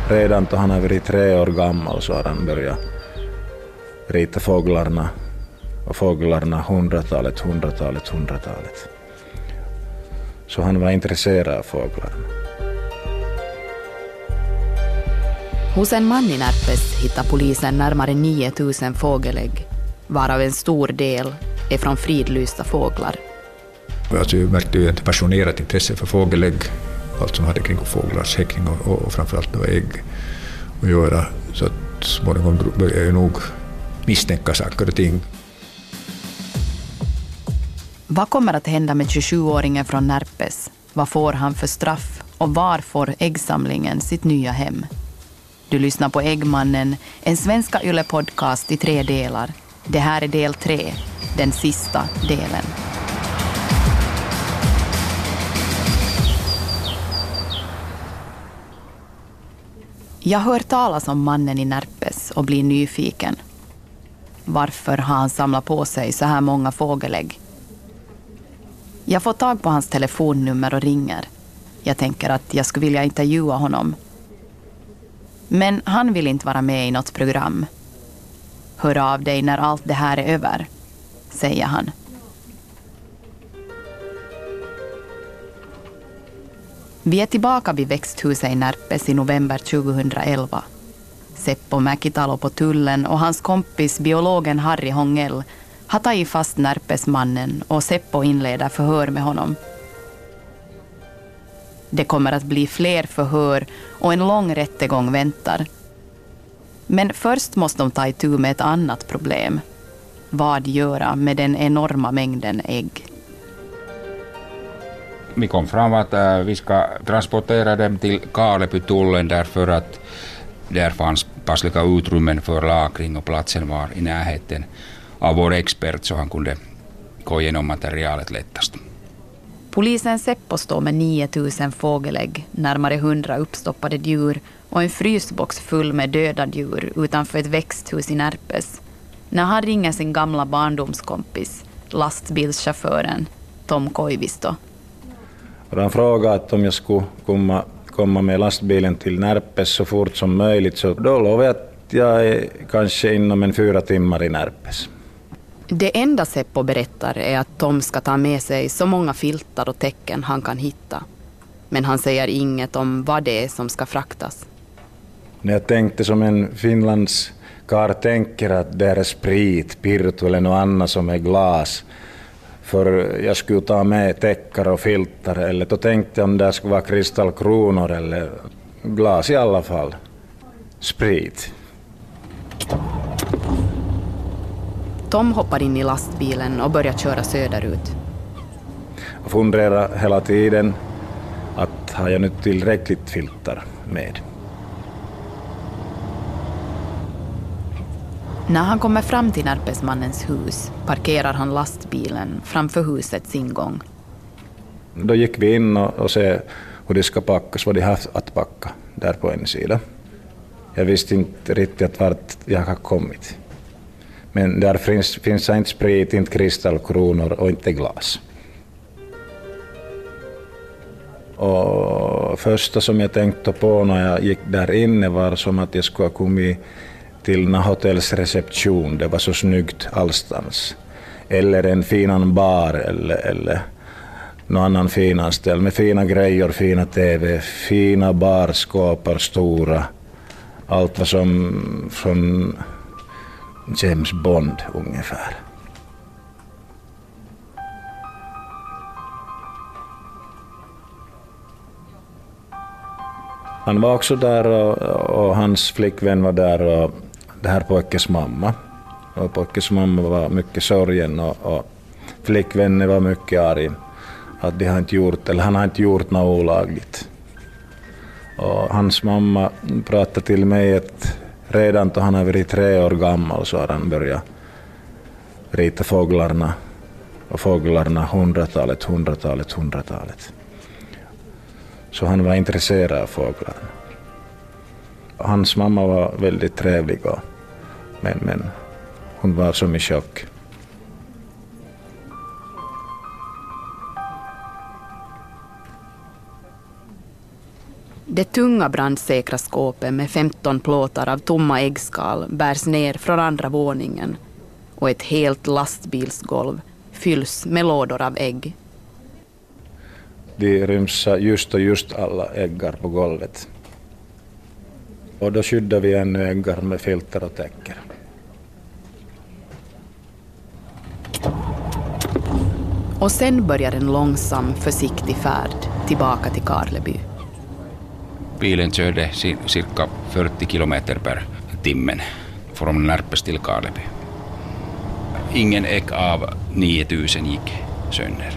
Redan då han har varit 3 år gammal så har han börjat rita fåglarna. Och fåglarna 100-talet. Så han var intresserad av fåglarna. Hos en man i Närpes hittar polisen närmare 9000 fågelägg, varav en stor del är från fridlysta fåglar. Alltså, jag märkte ju ett passionerat intresse för fågelägg, allt som hade kring fåglars häckning och framförallt då ägg att göra. Så att småningom började jag nog misstänka saker och ting. Vad kommer att hända med 27-åringen från Närpes? Vad får han för straff? Och var får äggsamlingen sitt nya hem? Du lyssnar på Äggmannen, en svenska Yle-podcast i 3 delar. Det här är del 3, den sista delen. Jag hör talas om mannen i Närpes och blir nyfiken. Varför har han samlat på sig så här många fågelägg? Jag får tag på hans telefonnummer och ringer. Jag tänker att jag skulle vilja intervjua honom. Men han vill inte vara med i något program. Hör av dig när allt det här är över, säger han. Vi är tillbaka vid växthuset i Närpes i november 2011. Seppo Mäkitalo på tullen och hans kompis biologen Harry Hongell har tagit fast Närpesmannen och Seppo inleder förhör med honom. Det kommer att bli fler förhör och en lång rättegång väntar. Men först måste de ta itu med ett annat problem. Vad göra med den enorma mängden ägg? Vi kom fram att vi ska transportera dem till Karlepytullen därför att där fanns passliga utrymmen för lagring och platsen var i närheten av vår expert så han kunde gå igenom materialet lättast. Polisen Seppo står med 9000 fågelägg, närmare 100 uppstoppade djur och en frysbox full med döda djur utanför ett växthus i Närpes. När han ringer sin gamla barndomskompis, lastbilschauffören Tom Koivisto. Han frågade om jag skulle komma med lastbilen till Närpes så fort som möjligt. Så då lovade jag att jag är kanske inom 4 timmar i Närpes. Det enda Seppo berättar är att Tom ska ta med sig så många filtar och tecken han kan hitta. Men han säger inget om vad det är som ska fraktas. När jag tänkte som en finlandskar tänker att det är sprit, pirtu eller något annat som är glas. För jag skulle ta med täckar och filtar eller då tänkte jag om det skulle vara kristallkronor eller glas i alla fall. Sprit. Tom hoppar in i lastbilen och börjar köra söderut. Jag funderar hela tiden att har jag nu tillräckligt filtar med. När han kommer fram till Närpesmannens hus parkerar han lastbilen framför husets ingång. Då gick vi in och se hur det ska packas, vad de har att packa där på en sida. Jag visste inte riktigt vart jag har kommit. Men där finns inte sprit, inte kristallkronor och inte glas. Och första som jag tänkte på när jag gick där inne var som att jag skulle ha kommit till en hotellsreception. Det var så snyggt allstans. Eller en finan bar eller någon annan finan ställ med fina grejer, fina tv, fina barskåpar, stora. Allt var som från James Bond ungefär. Han var också där och hans flickvän var där och det här pojkes mamma. Och pojkes mamma var mycket sorgen och flickvännen var mycket arg att de har inte gjort, eller han har inte gjort något olagligt. Och hans mamma pratade till mig att redan då han har varit 3 år gammal så har han börjat rita fåglarna. Och fåglarna 100-talet. Så han var intresserad av fåglarna. Hans mamma var väldigt trevlig men hon var som i chock. Det tunga brandsäkra skåpet med 15 plåtar av tomma äggskal bärs ner från andra våningen och ett helt lastbilsgolv fylls med lådor av ägg. Vi rymsar just alla äggar på golvet. Och då skyddar vi ännu äggar med filter och täcker. Och sen börjar en långsam, försiktig färd tillbaka till Karleby. Bilen körde cirka 40 kilometer per timmen från Närpes till Karleby. Ingen ägg av 9000 gick sönder.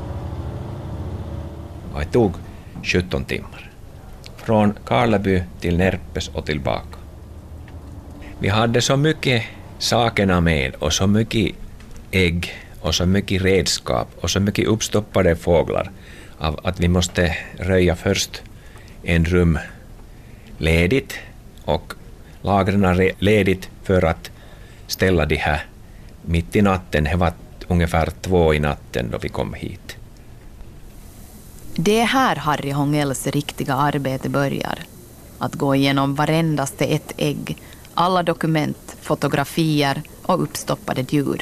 Och det tog 17 timmar. Från Karleby till Närpes och tillbaka. Vi hade så mycket sakerna med och så mycket ägg och så mycket redskap och så mycket uppstoppade fåglar av att vi måste röja först en rum ledigt och lagren ledigt för att ställa det här mitt i natten. Det var ungefär 2 i natten då vi kom hit. Det är här Harry Hongells riktiga arbete börjar. Att gå igenom varendaste ett ägg, alla dokument, fotografier och uppstoppade djur.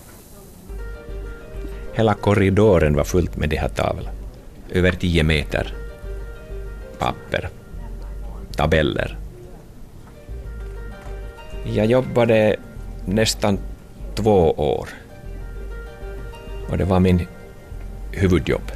Hela korridoren var fullt med de här tavlorna. Över 10 meter. Papper. Tabeller. Jag jobbade nästan 2 år. Och det var min huvudjobb.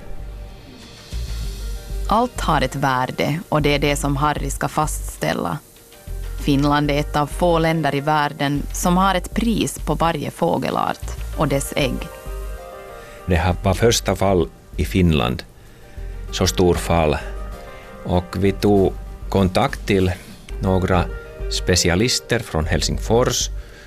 Allt har ett värde och det är det som Harry ska fastställa. Finland är ett av få länder i världen som har ett pris på varje fågelart och dess ägg. Det här var första fall i Finland, så stor fall. Och vi tog kontakt till några specialister från Helsingfors.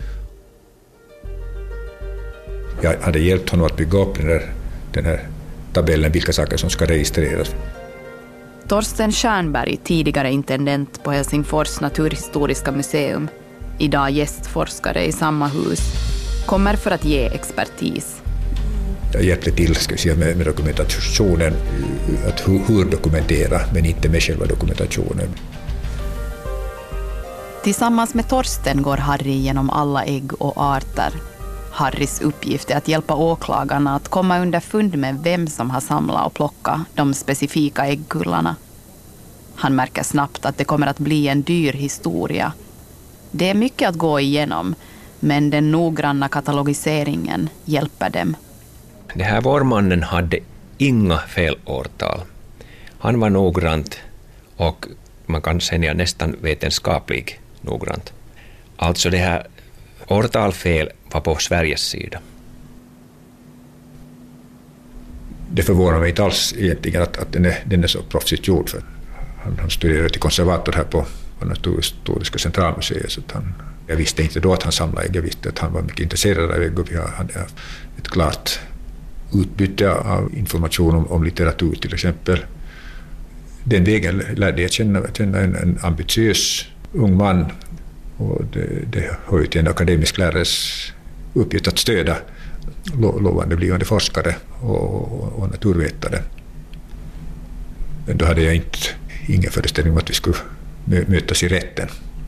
Jag hade hjälpt honom att bygga upp den här tabellen, vilka saker som ska registreras. Torsten Stjernberg, tidigare intendent på Helsingfors naturhistoriska museum, idag gästforskare i samma hus, kommer för att ge expertis. Jag hjälpte till med dokumentationen, att hur dokumentera, men inte med själva dokumentationen. Tillsammans med Torsten går Harry genom alla ägg och arter. Harrys uppgift är att hjälpa åklagarna att komma underfund med vem som har samlat och plockat de specifika äggkullarna. Han märker snabbt att det kommer att bli en dyr historia. Det är mycket att gå igenom, men den noggranna katalogiseringen hjälper dem. Den här vårmannen hade inga felårtal. Han var noggrant och man kan säga nästan vetenskaplig noggrant. Alltså det här årtalfel var på Sveriges sida. Det förvånar mig inte alls egentligen att den är så proffsigt gjord. För han studerade till konservator här på Naturhistoriska centralmuseet. Så jag visste inte då att han samlade ägg. Jag visste att han var mycket intresserad av ägg och vi hade ett klart utbyte av information om litteratur till exempel. Den vägen lärde jag känna en ambitiös ung man. Och det hör ju till en akademisk lärares uppgift att stödja lovande blivande forskare och naturvetare. Men då hade jag ingen föreställning om att vi skulle mötas i rätten.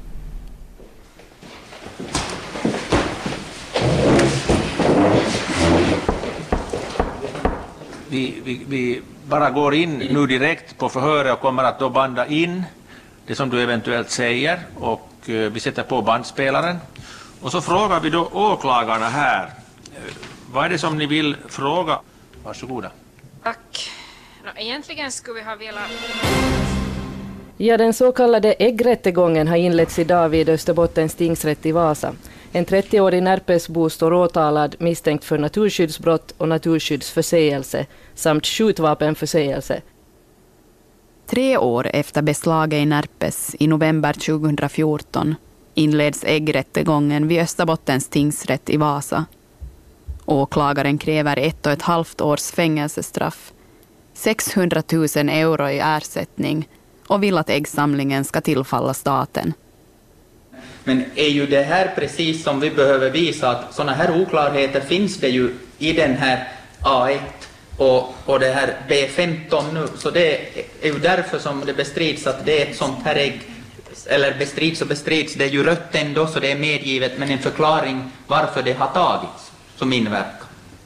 Vi bara går in nu direkt på förhöret och kommer att då banda in det som du eventuellt säger och vi sätter på bandspelaren. Och så frågar vi då åklagarna här. Vad är det som ni vill fråga? Varsågoda. Tack. Egentligen skulle vi ha velat... Ja, den så kallade äggrättegången har inletts idag vid Österbottens tingsrätt i Vasa. En 30-årig Närpesbo står åtalad misstänkt för naturskyddsbrott och naturskyddsförseelse samt skjutvapenförseelse. 3 år efter beslaget i Närpes i november 2014 inleds äggrättegången vid Österbottens tingsrätt i Vasa. Åklagaren kräver 1,5 års fängelsestraff, 600 000 euro i ersättning och vill att äggsamlingen ska tillfalla staten. Men är ju det här precis som vi behöver visa att sådana här oklarheter finns det ju i den här A1 och det här B15 nu, så det är ju därför som det bestrids att det är ett sånt här ägg, eller bestrids, det är ju rött ändå, så det är medgivet, men en förklaring varför det har tagits som inverkan.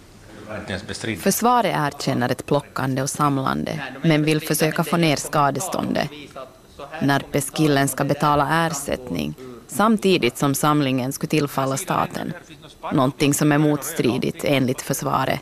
Försvaret erkänner ett plockande och samlande, men vill försöka få ner skadeståndet. Närpeskillen ska betala ersättning, samtidigt som samlingen skulle tillfalla staten. Någonting som är motstridigt enligt försvaret.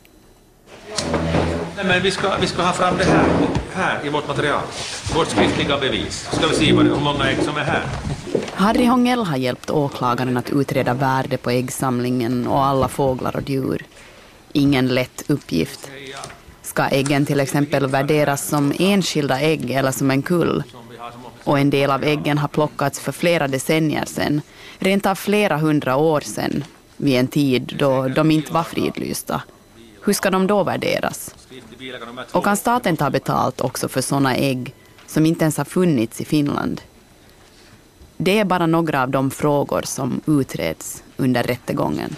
Nej, men vi ska ha fram det här i vårt material. Vårt skriftliga bevis. Ska vi se hur många ägg som är här. Harry Hongell har hjälpt åklagaren att utreda värde på äggsamlingen och alla fåglar och djur. Ingen lätt uppgift. Ska äggen till exempel värderas som enskilda ägg eller som en kull? Och en del av äggen har plockats för flera decennier sedan, rent av flera 100 år sedan, vid en tid då de inte var fridlysta. Hur ska de då värderas? Och kan staten ta betalt också för sådana ägg som inte ens har funnits i Finland? Det är bara några av de frågor som utreds under rättegången.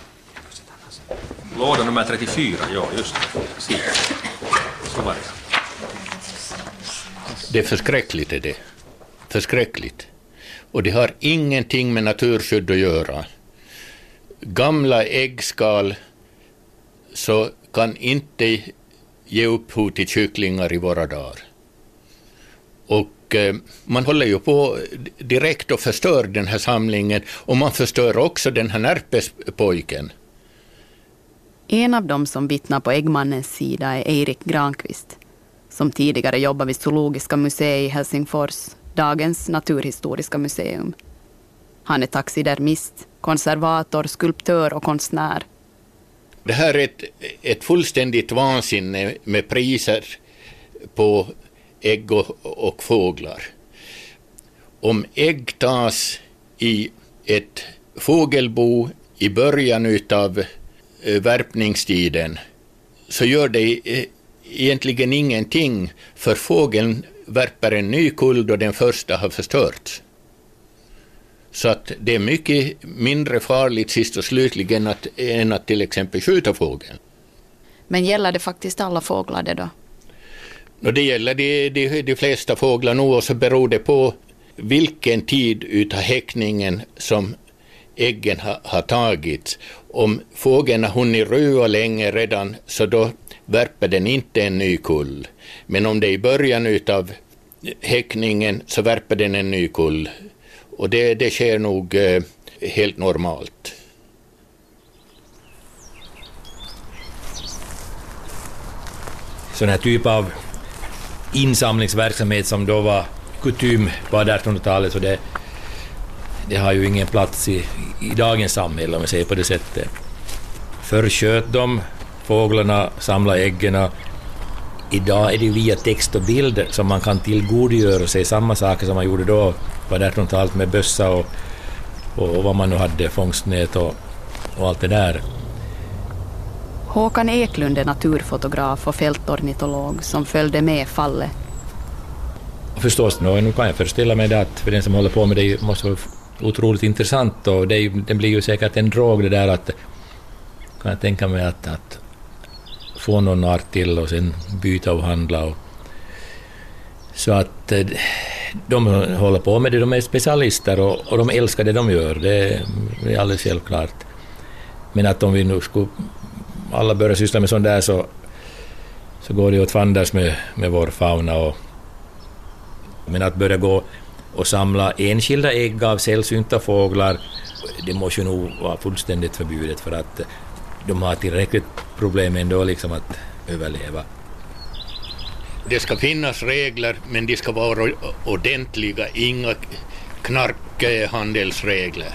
Låda nummer 34, ja just det. Så var det. Det är förskräckligt är det. Förskräckligt. Och det har ingenting med naturskydd att göra. Gamla äggskal så kan inte ge upphov till kycklingar i våra dagar. Och man håller ju på direkt och förstör den här samlingen, och man förstör också den här närpespojken. En av dem som vittnar på äggmannens sida är Erik Granqvist, som tidigare jobbade vid Zoologiska museet i Helsingfors, dagens Naturhistoriska museum. Han är taxidermist, konservator, skulptör och konstnär. Det här är ett fullständigt vansinne med priser på ägg och fåglar. Om ägg tas i ett fågelbo i början av värpningstiden så gör det egentligen ingenting, för fågeln värper en ny kull då den första har förstörts. Så att det är mycket mindre farligt sist och slutligen än att till exempel skjuta fågeln. Men gäller det faktiskt alla fåglar det då? Det gäller de flesta fåglar nog, och så beror det på vilken tid utav häckningen som äggen har tagits. Om fågeln har hunnit rua länge redan, så då värper den inte en ny kull. Men om det är i början utav häckningen så värper den en ny kull. Och det sker nog helt normalt. Sån här typ av insamlingsverksamhet som då var kutym på 1800-talet, så det har ju ingen plats i dagens samhälle om man säger på det sättet. Förr sköt de fåglarna, samlade äggen. Idag är det via text och bilder som man kan tillgodogöra sig samma saker som man gjorde då på 1800-talet med bössa och vad man nu hade, fångstnät och allt det där. Håkan Eklund är naturfotograf och fältornitolog som följde med fallet. Förstås, nu kan jag föreställa mig det att för den som håller på med det måste vara otroligt intressant, och det blir ju säkert en drog det där, att kan jag tänka mig att få någon art till och sen byta och handla. Så att de håller på med det, de är specialister och de älskar det de gör, det är alldeles självklart. Men att om vi nu skulle alla börja syssla med sånt där så går det åt fanders med vår fauna. Men att börja gå och samla enskilda ägg av sällsynta fåglar, det måste ju nog vara fullständigt förbjudet, för att de har tillräckligt problem ändå liksom att överleva. Det ska finnas regler, men de ska vara ordentliga, inga knarkhandelsregler.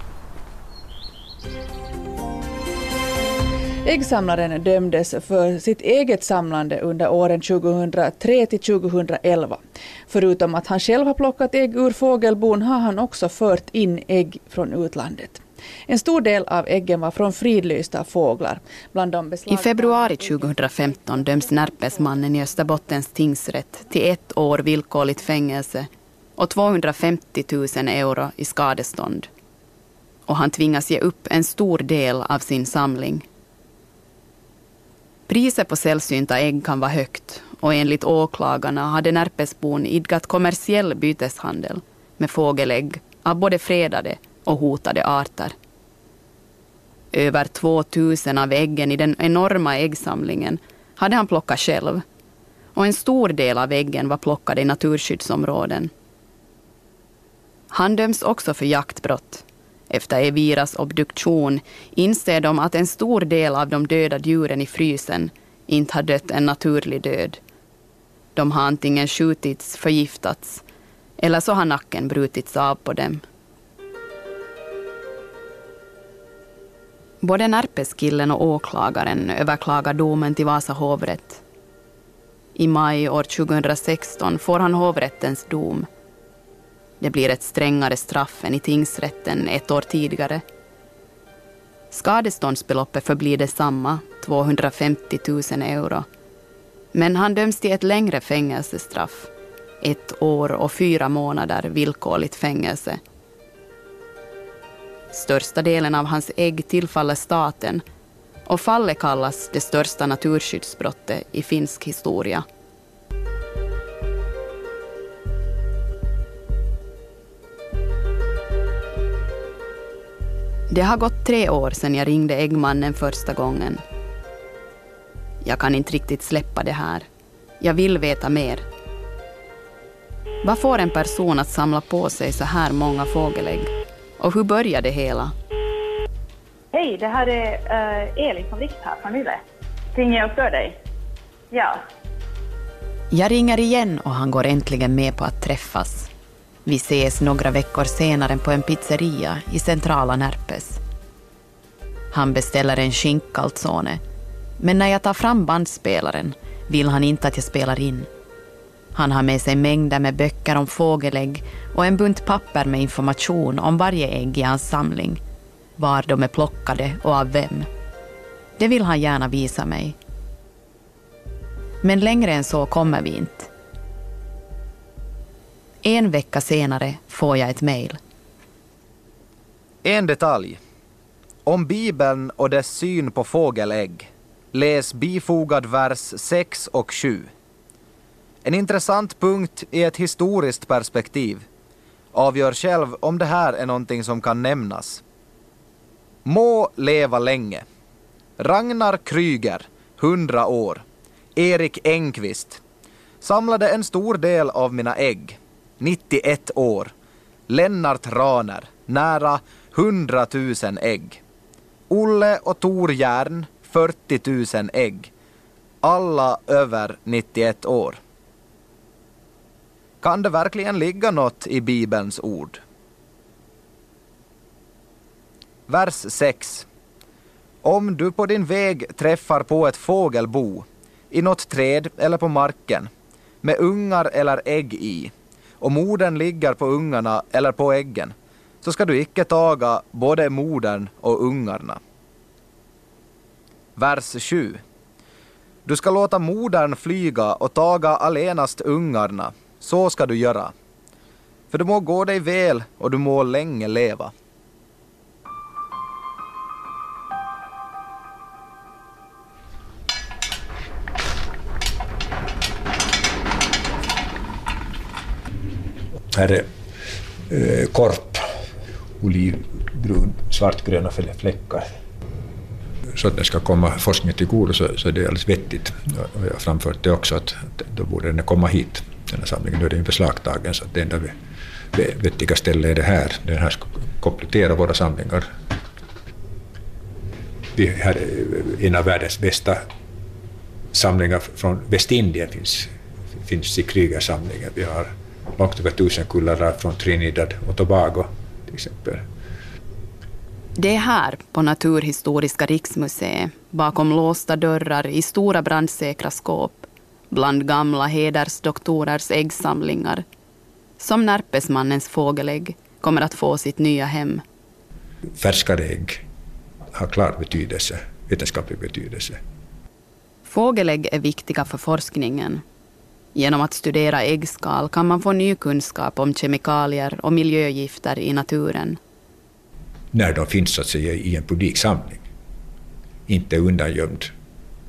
Äggsamlaren dömdes för sitt eget samlande under åren 2003 till 2011. Förutom att han själv har plockat ägg ur fågelbon har han också fört in ägg från utlandet. En stor del av äggen var från fridlysta fåglar. I februari 2015 döms Närpesmannen i Österbottens tingsrätt till 1 år villkorligt fängelse och 250 000 euro i skadestånd. Och han tvingas ge upp en stor del av sin samling. Priset på sällsynta ägg kan vara högt och enligt åklagarna hade Närpesbon idkat kommersiell byteshandel med fågelägg av både fredade och hotade arter. Över 2000 av äggen i den enorma äggsamlingen hade han plockat själv och en stor del av äggen var plockade i naturskyddsområden. Han döms också för jaktbrott. Efter Eviras obduktion inser de att en stor del av de döda djuren i frysen inte har dött en naturlig död. De har antingen skjutits, förgiftats eller så har nacken brutits av på dem. Både Närpeskillen och åklagaren överklagar domen till Vasa hovrätt. I maj år 2016 får han hovrättens dom. Det blir ett strängare straff än i tingsrätten 1 år tidigare. Skadeståndsbeloppet förblir detsamma, 250 000 euro. Men han döms till ett längre fängelsestraff, 1 år och 4 månader villkorligt fängelse. Största delen av hans ägg tillfaller staten och fallet kallas det största naturskyddsbrottet i finsk historia. Det har gått 3 år sedan jag ringde äggmannen första gången. Jag kan inte riktigt släppa det här. Jag vill veta mer. Vad får en person att samla på sig så här många fågelägg? Och hur börjar det hela? Hej, det här är Elin från Rikt här från Yle. Ringer jag för dig? Ja. Jag ringer igen och han går äntligen med på att träffas. Vi ses några veckor senare på en pizzeria i centrala Närpes. Han beställer en skinkkalzone, men när jag tar fram bandspelaren vill han inte att jag spelar in. Han har med sig mängder med böcker om fågelägg och en bunt papper med information om varje ägg i hans samling. Var de är plockade och av vem. Det vill han gärna visa mig. Men längre än så kommer vi inte. 1 vecka senare får jag ett mejl. En detalj. Om Bibeln och dess syn på fågelägg. Läs bifogad vers 6 och 7. En intressant punkt i ett historiskt perspektiv. Avgör själv om det här är någonting som kan nämnas. Må leva länge. Ragnar Kryger, 100 år. Erik Engqvist. Samlade en stor del av mina ägg. 91 år. Lennart Raner, nära 100 000 ägg. Olle och Tor Järn, 40 000 ägg. Alla över 91 år. Kan det verkligen ligga något i Bibelns ord? Vers 6. Om du på din väg träffar på ett fågelbo, i något träd eller på marken, med ungar eller ägg i, och modern ligger på ungarna eller på äggen, så ska du icke taga både modern och ungarna. Vers 7. Du ska låta modern flyga och taga allenast ungarna, så ska du göra. För du må gå dig väl och du må länge leva. Här är korp, olivbrun, svartgröna fläckar. Så att det ska komma forskningen till godo så är det alldeles vettigt. Och jag har framfört det också att då borde den komma hit, den här samlingen. Nu är det beslagtagen så att det enda vettiga ställe är det här. Den här ska komplettera våra samlingar. Vi har en av världens bästa samlingar från Västindien finns i Krygersamlingen. Vi har långt över 1000 kullar från Trinidad och Tobago till exempel. Det är här på Naturhistoriska riksmuseet, bakom låsta dörrar i stora brandsäkra skåp, bland gamla hedersdoktorers äggsamlingar, som Närpesmannens fågelägg kommer att få sitt nya hem. Färskare ägg har klar betydelse, vetenskaplig betydelse. Fågelägg är viktiga för forskningen. Genom att studera äggskal kan man få ny kunskap om kemikalier och miljögifter i naturen. När de finns så att säga i en publiksamling, inte undangömd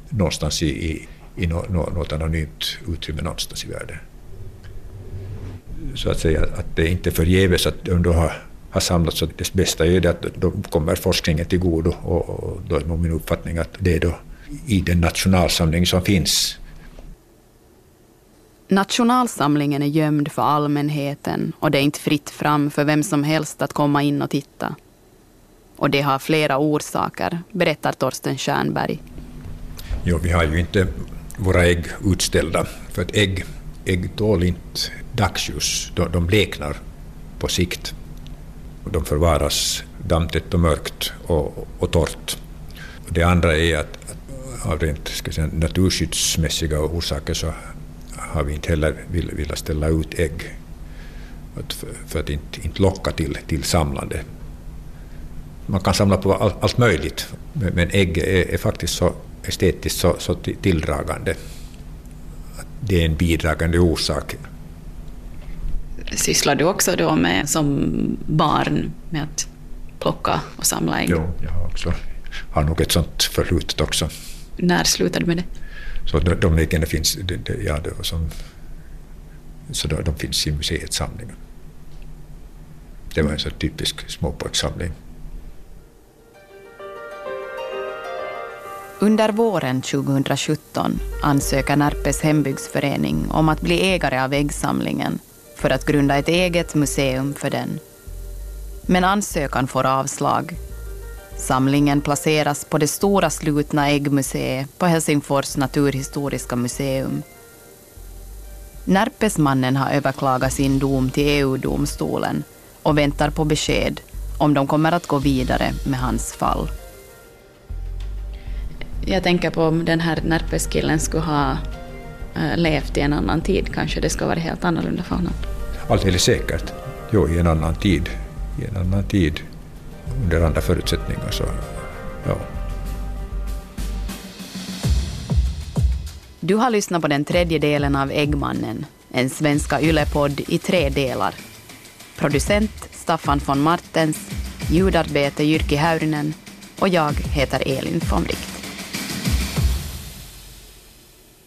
någonstans i något anonymt utrymme någonstans i världen. Så att säga att det är inte förgäves att de har samlats, så det bästa är det att då kommer forskningen till godo, och då är nog min uppfattning att det är då i den nationalsamling som finns. Nationalsamlingen är gömd för allmänheten och det är inte fritt fram för vem som helst att komma in och titta. Och det har flera orsaker, berättar Torsten Stjernberg. Jo, vi har ju inte våra ägg utställda, för att ägg tål inte dagsljus. De bleknar på sikt. De förvaras dammtätt och mörkt och torrt. Och det andra är att av rent naturskyddsmässiga orsaker så har vi inte heller velat ställa ut ägg för att inte locka till samlande. Man kan samla på allt möjligt, men ägg är faktiskt så estetiskt så tilldragande. Det är en bidragande orsak. Sysslar du också då med som barn med att plocka och samla ägg? Jo, jag har nog ett sånt förflutet också. När slutade du med det? Så de äggen finns, de finns i museets samling. Det var en så typisk småpojkssamling. Under våren 2017 ansöker Närpes hembygdsförening om att bli ägare av äggsamlingen för att grunda ett eget museum för den. Men ansökan får avslag. Samlingen placeras på det stora slutna äggmuseet på Helsingfors naturhistoriska museum. Närpesmannen har överklagat sin dom till EU-domstolen och väntar på besked om de kommer att gå vidare med hans fall. Jag tänker på om den här Närpeskillen skulle ha levt i en annan tid. Kanske det ska vara helt annorlunda för honom. Alldeles säkert. Jo, i en annan tid. Under andra förutsättningar. Så, ja. Du har lyssnat på den 3:e delen av Äggmannen, en svenska Yle-podd i 3 delar. Producent Staffan von Martens, ljudarbete Jyrki Häyrinen och jag heter Elin von Wright.